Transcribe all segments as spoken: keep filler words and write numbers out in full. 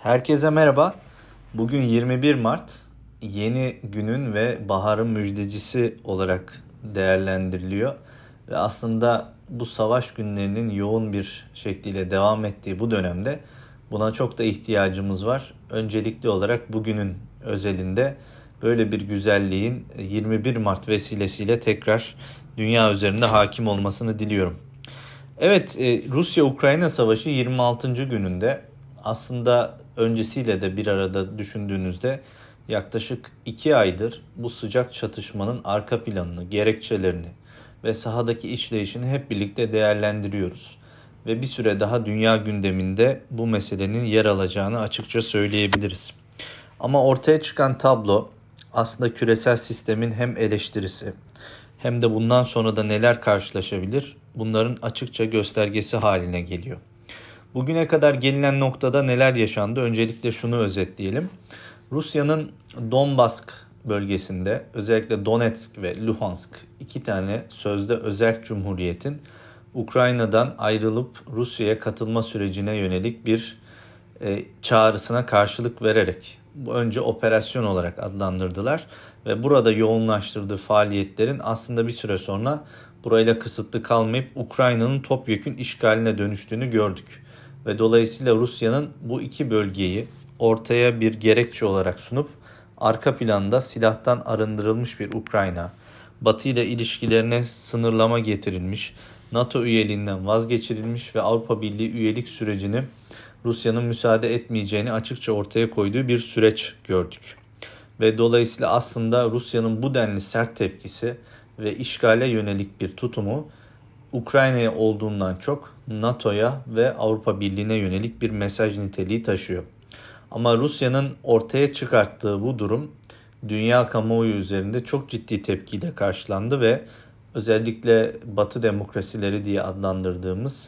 Herkese merhaba. Bugün yirmi bir Mart, yeni günün ve baharın müjdecisi olarak değerlendiriliyor. Ve aslında bu savaş günlerinin yoğun bir şekliyle devam ettiği bu dönemde buna çok da ihtiyacımız var. Öncelikli olarak bugünün özelinde böyle bir güzelliğin yirmi bir Mart vesilesiyle tekrar dünya üzerinde hakim olmasını diliyorum. Evet, e, Rusya-Ukrayna Savaşı yirmi altıncı gününde. Aslında öncesiyle de bir arada düşündüğünüzde yaklaşık iki aydır bu sıcak çatışmanın arka planını, gerekçelerini ve sahadaki işleyişini hep birlikte değerlendiriyoruz. Ve bir süre daha dünya gündeminde bu meselenin yer alacağını açıkça söyleyebiliriz. Ama ortaya çıkan tablo aslında küresel sistemin hem eleştirisi hem de bundan sonra da neler karşılaşabilir bunların açıkça göstergesi haline geliyor. Bugüne kadar gelinen noktada neler yaşandı? Öncelikle şunu özetleyelim. Rusya'nın Donbask bölgesinde özellikle Donetsk ve Luhansk iki tane sözde özerk cumhuriyetin Ukrayna'dan ayrılıp Rusya'ya katılma sürecine yönelik bir e, çağrısına karşılık vererek bu önce operasyon olarak adlandırdılar ve burada yoğunlaştırdığı faaliyetlerin aslında bir süre sonra burayla kısıtlı kalmayıp Ukrayna'nın topyekün işgaline dönüştüğünü gördük. Ve dolayısıyla Rusya'nın bu iki bölgeyi ortaya bir gerekçe olarak sunup arka planda silahtan arındırılmış bir Ukrayna, Batı ile ilişkilerine sınırlama getirilmiş, NATO üyeliğinden vazgeçirilmiş ve Avrupa Birliği üyelik sürecini Rusya'nın müsaade etmeyeceğini açıkça ortaya koyduğu bir süreç gördük. Ve dolayısıyla aslında Rusya'nın bu denli sert tepkisi ve işgale yönelik bir tutumu Ukrayna'ya olduğundan çok NATO'ya ve Avrupa Birliği'ne yönelik bir mesaj niteliği taşıyor. Ama Rusya'nın ortaya çıkarttığı bu durum dünya kamuoyu üzerinde çok ciddi tepkiyle karşılandı ve özellikle Batı demokrasileri diye adlandırdığımız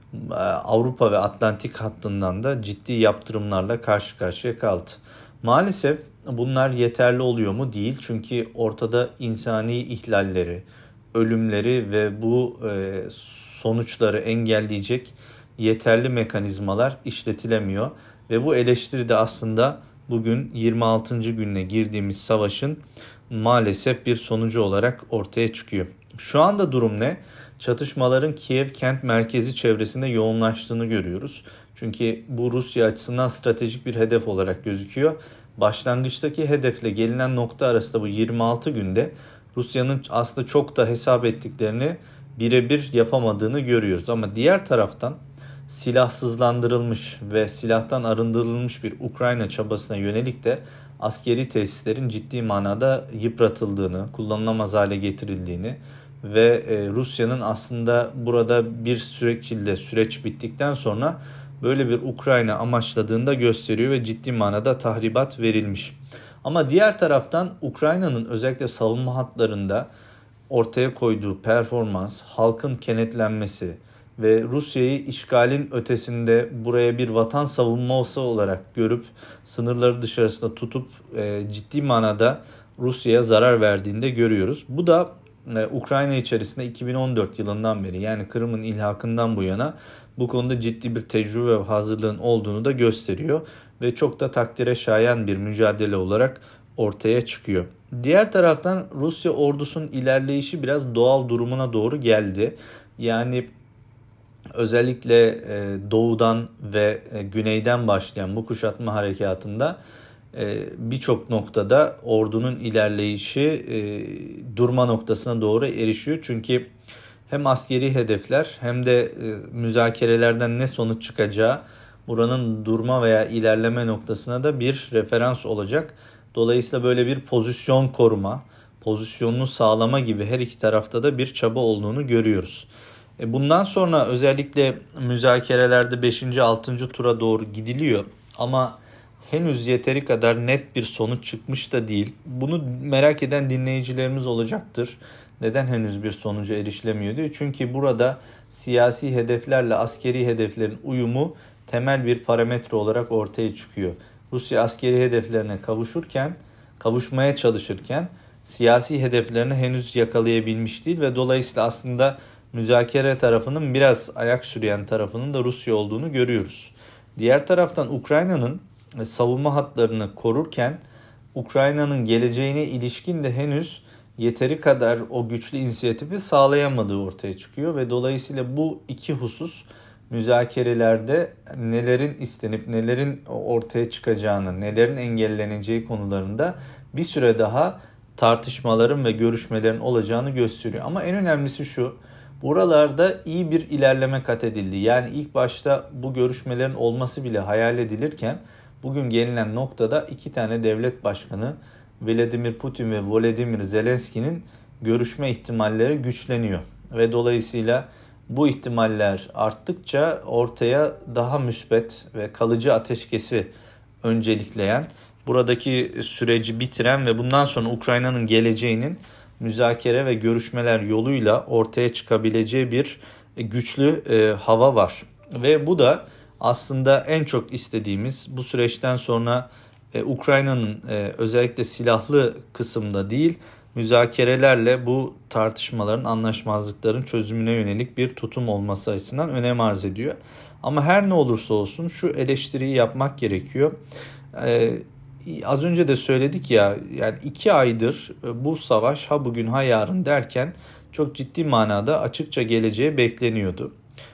Avrupa ve Atlantik hattından da ciddi yaptırımlarla karşı karşıya kaldı. Maalesef bunlar yeterli oluyor mu? Değil. Çünkü ortada insani ihlalleri, ölümleri ve bu e, sonuçları engelleyecek yeterli mekanizmalar işletilemiyor. Ve bu eleştiri de aslında bugün yirmi altıncı gününe girdiğimiz savaşın maalesef bir sonucu olarak ortaya çıkıyor. Şu anda durum ne? Çatışmaların Kiev kent merkezi çevresinde yoğunlaştığını görüyoruz. Çünkü bu Rusya açısından stratejik bir hedef olarak gözüküyor. Başlangıçtaki hedefle gelinen nokta arasında bu yirmi altı günde Rusya'nın aslında çok da hesap ettiklerini birebir yapamadığını görüyoruz. Ama diğer taraftan silahsızlandırılmış ve silahtan arındırılmış bir Ukrayna çabasına yönelik de askeri tesislerin ciddi manada yıpratıldığını, kullanılamaz hale getirildiğini ve Rusya'nın aslında burada bir sürekli süreç bittikten sonra böyle bir Ukrayna amaçladığını da gösteriyor ve ciddi manada tahribat verilmiş. Ama diğer taraftan Ukrayna'nın özellikle savunma hatlarında ortaya koyduğu performans, halkın kenetlenmesi ve Rusya'yı işgalin ötesinde buraya bir vatan savunması olarak görüp sınırları dışarısında tutup e, ciddi manada Rusya'ya zarar verdiğini de görüyoruz. Bu da e, Ukrayna içerisinde iki bin on dört yılından beri yani Kırım'ın ilhakından bu yana bu konuda ciddi bir tecrübe ve hazırlığın olduğunu da gösteriyor ve çok da takdire şayan bir mücadele olarak ortaya çıkıyor. Diğer taraftan Rusya ordusunun ilerleyişi biraz doğal durumuna doğru geldi. Yani özellikle doğudan ve güneyden başlayan bu kuşatma harekatında birçok noktada ordunun ilerleyişi durma noktasına doğru erişiyor. Çünkü hem askeri hedefler hem de müzakerelerden ne sonuç çıkacağı buranın durma veya ilerleme noktasına da bir referans olacak. Dolayısıyla böyle bir pozisyon koruma, pozisyonunu sağlama gibi her iki tarafta da bir çaba olduğunu görüyoruz. Bundan sonra özellikle müzakerelerde beşinci altıncı tura doğru gidiliyor ama henüz yeteri kadar net bir sonuç çıkmış da değil. Bunu merak eden dinleyicilerimiz olacaktır. Neden henüz bir sonuca erişilemiyor diyor. Çünkü burada siyasi hedeflerle askeri hedeflerin uyumu temel bir parametre olarak ortaya çıkıyor. Rusya askeri hedeflerine kavuşurken, kavuşmaya çalışırken siyasi hedeflerini henüz yakalayabilmiş değil ve dolayısıyla aslında müzakere tarafının biraz ayak süreyen tarafının da Rusya olduğunu görüyoruz. Diğer taraftan Ukrayna'nın e, savunma hatlarını korurken Ukrayna'nın geleceğine ilişkin de henüz yeteri kadar o güçlü inisiyatifi sağlayamadığı ortaya çıkıyor ve dolayısıyla bu iki husus müzakerelerde nelerin istenip nelerin ortaya çıkacağını, nelerin engelleneceği konularında bir süre daha tartışmaların ve görüşmelerin olacağını gösteriyor. Ama en önemlisi şu, buralarda iyi bir ilerleme kat edildi. Yani ilk başta bu görüşmelerin olması bile hayal edilirken bugün gelinen noktada iki tane devlet başkanı Vladimir Putin ve Volodymyr Zelenski'nin görüşme ihtimalleri güçleniyor. Ve dolayısıyla bu ihtimaller arttıkça ortaya daha müsbet ve kalıcı ateşkesi öncelikleyen, buradaki süreci bitiren ve bundan sonra Ukrayna'nın geleceğinin müzakere ve görüşmeler yoluyla ortaya çıkabileceği bir güçlü e, hava var. Ve bu da aslında en çok istediğimiz, bu süreçten sonra e, Ukrayna'nın e, özellikle silahlı kısımda değil, müzakerelerle bu tartışmaların, anlaşmazlıkların çözümüne yönelik bir tutum olması açısından önem arz ediyor. Ama her ne olursa olsun şu eleştiriyi yapmak gerekiyor. Ee, az önce de söyledik ya, yani iki aydır bu savaş ha bugün ha yarın derken çok ciddi manada açıkça geleceği bekleniyordu.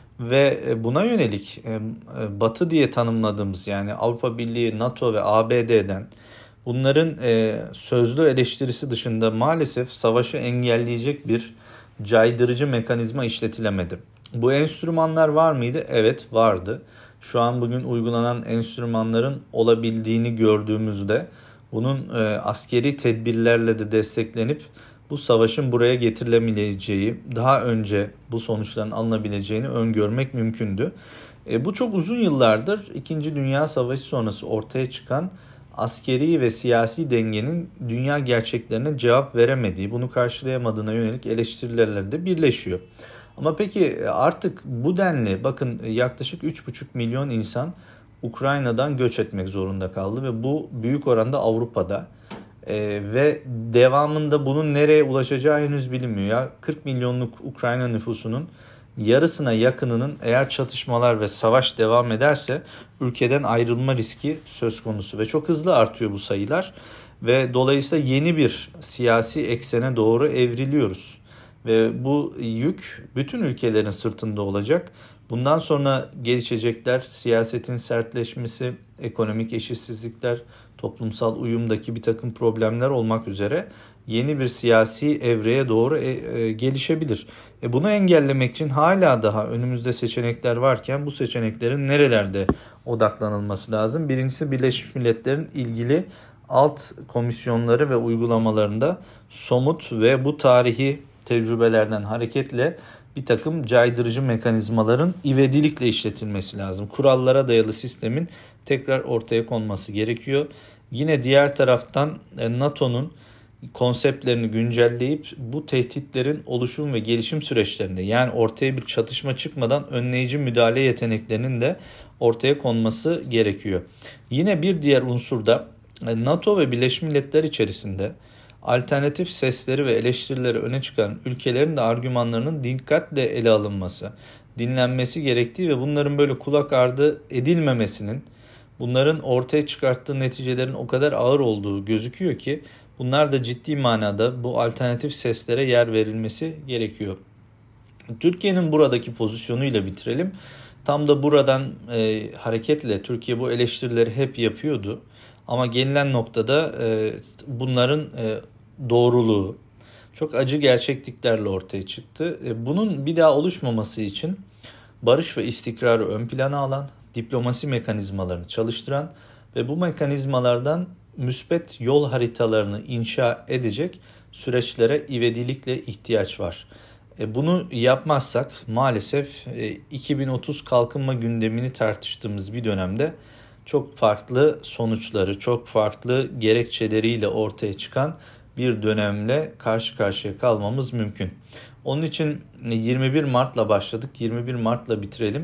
Ve buna yönelik Batı diye tanımladığımız, yani Avrupa Birliği, NATO ve A B D'den bunların sözlü eleştirisi dışında maalesef savaşı engelleyecek bir caydırıcı mekanizma işletilemedi. Bu enstrümanlar var mıydı? Evet, vardı. Şu an bugün uygulanan enstrümanların olabildiğini gördüğümüzde bunun askeri tedbirlerle de desteklenip bu savaşın buraya getirilebileceği, daha önce bu sonuçların alınabileceğini öngörmek mümkündü. E, bu çok uzun yıllardır İkinci Dünya Savaşı sonrası ortaya çıkan askeri ve siyasi dengenin dünya gerçeklerine cevap veremediği, bunu karşılayamadığına yönelik eleştirilerle de birleşiyor. Ama peki artık bu denli, bakın yaklaşık üç buçuk milyon insan Ukrayna'dan göç etmek zorunda kaldı ve bu büyük oranda Avrupa'da. Ee, ve devamında bunun nereye ulaşacağı henüz bilinmiyor. Ya kırk milyonluk Ukrayna nüfusunun yarısına yakınının eğer çatışmalar ve savaş devam ederse ülkeden ayrılma riski söz konusu ve çok hızlı artıyor bu sayılar ve dolayısıyla yeni bir siyasi eksene doğru evriliyoruz. Ve bu yük bütün ülkelerin sırtında olacak. Bundan sonra gelişecekler, siyasetin sertleşmesi, ekonomik eşitsizlikler, toplumsal uyumdaki bir takım problemler olmak üzere yeni bir siyasi evreye doğru e, e, gelişebilir. E, bunu engellemek için hala daha önümüzde seçenekler varken bu seçeneklerin nerelerde odaklanılması lazım? Birincisi, Birleşmiş Milletler'in ilgili alt komisyonları ve uygulamalarında somut ve bu tarihi tecrübelerden hareketle bir takım caydırıcı mekanizmaların ivedilikle işletilmesi lazım. Kurallara dayalı sistemin tekrar ortaya konması gerekiyor. Yine diğer taraftan NATO'nun konseptlerini güncelleyip bu tehditlerin oluşum ve gelişim süreçlerinde, yani ortaya bir çatışma çıkmadan önleyici müdahale yeteneklerinin de ortaya konması gerekiyor. Yine bir diğer unsur da NATO ve Birleşmiş Milletler içerisinde alternatif sesleri ve eleştirileri öne çıkaran ülkelerin de argümanlarının dikkatle ele alınması, dinlenmesi gerektiği ve bunların böyle kulak ardı edilmemesinin, bunların ortaya çıkarttığı neticelerin o kadar ağır olduğu gözüküyor ki bunlar da ciddi manada bu alternatif seslere yer verilmesi gerekiyor. Türkiye'nin buradaki pozisyonuyla bitirelim. Tam da buradan e, hareketle Türkiye bu eleştirileri hep yapıyordu. Ama gelinen noktada e, bunların e, doğruluğu çok acı gerçekliklerle ortaya çıktı. E, bunun bir daha oluşmaması için barış ve istikrarı ön plana alan, diplomasi mekanizmalarını çalıştıran ve bu mekanizmalardan müspet yol haritalarını inşa edecek süreçlere ivedilikle ihtiyaç var. E, bunu yapmazsak maalesef e, iki bin otuz kalkınma gündemini tartıştığımız bir dönemde çok farklı sonuçları, çok farklı gerekçeleriyle ortaya çıkan bir dönemle karşı karşıya kalmamız mümkün. Onun için yirmi bir Mart'la başladık, yirmi bir Mart'la bitirelim.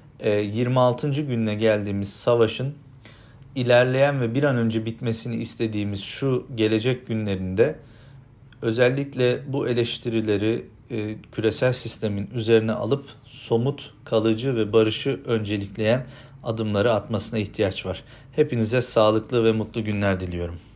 yirmi altıncı gününe geldiğimiz savaşın ilerleyen ve bir an önce bitmesini istediğimiz şu gelecek günlerinde özellikle bu eleştirileri e, küresel sistemin üzerine alıp somut, kalıcı ve barışı öncelikleyen adımları atmasına ihtiyaç var. Hepinize sağlıklı ve mutlu günler diliyorum.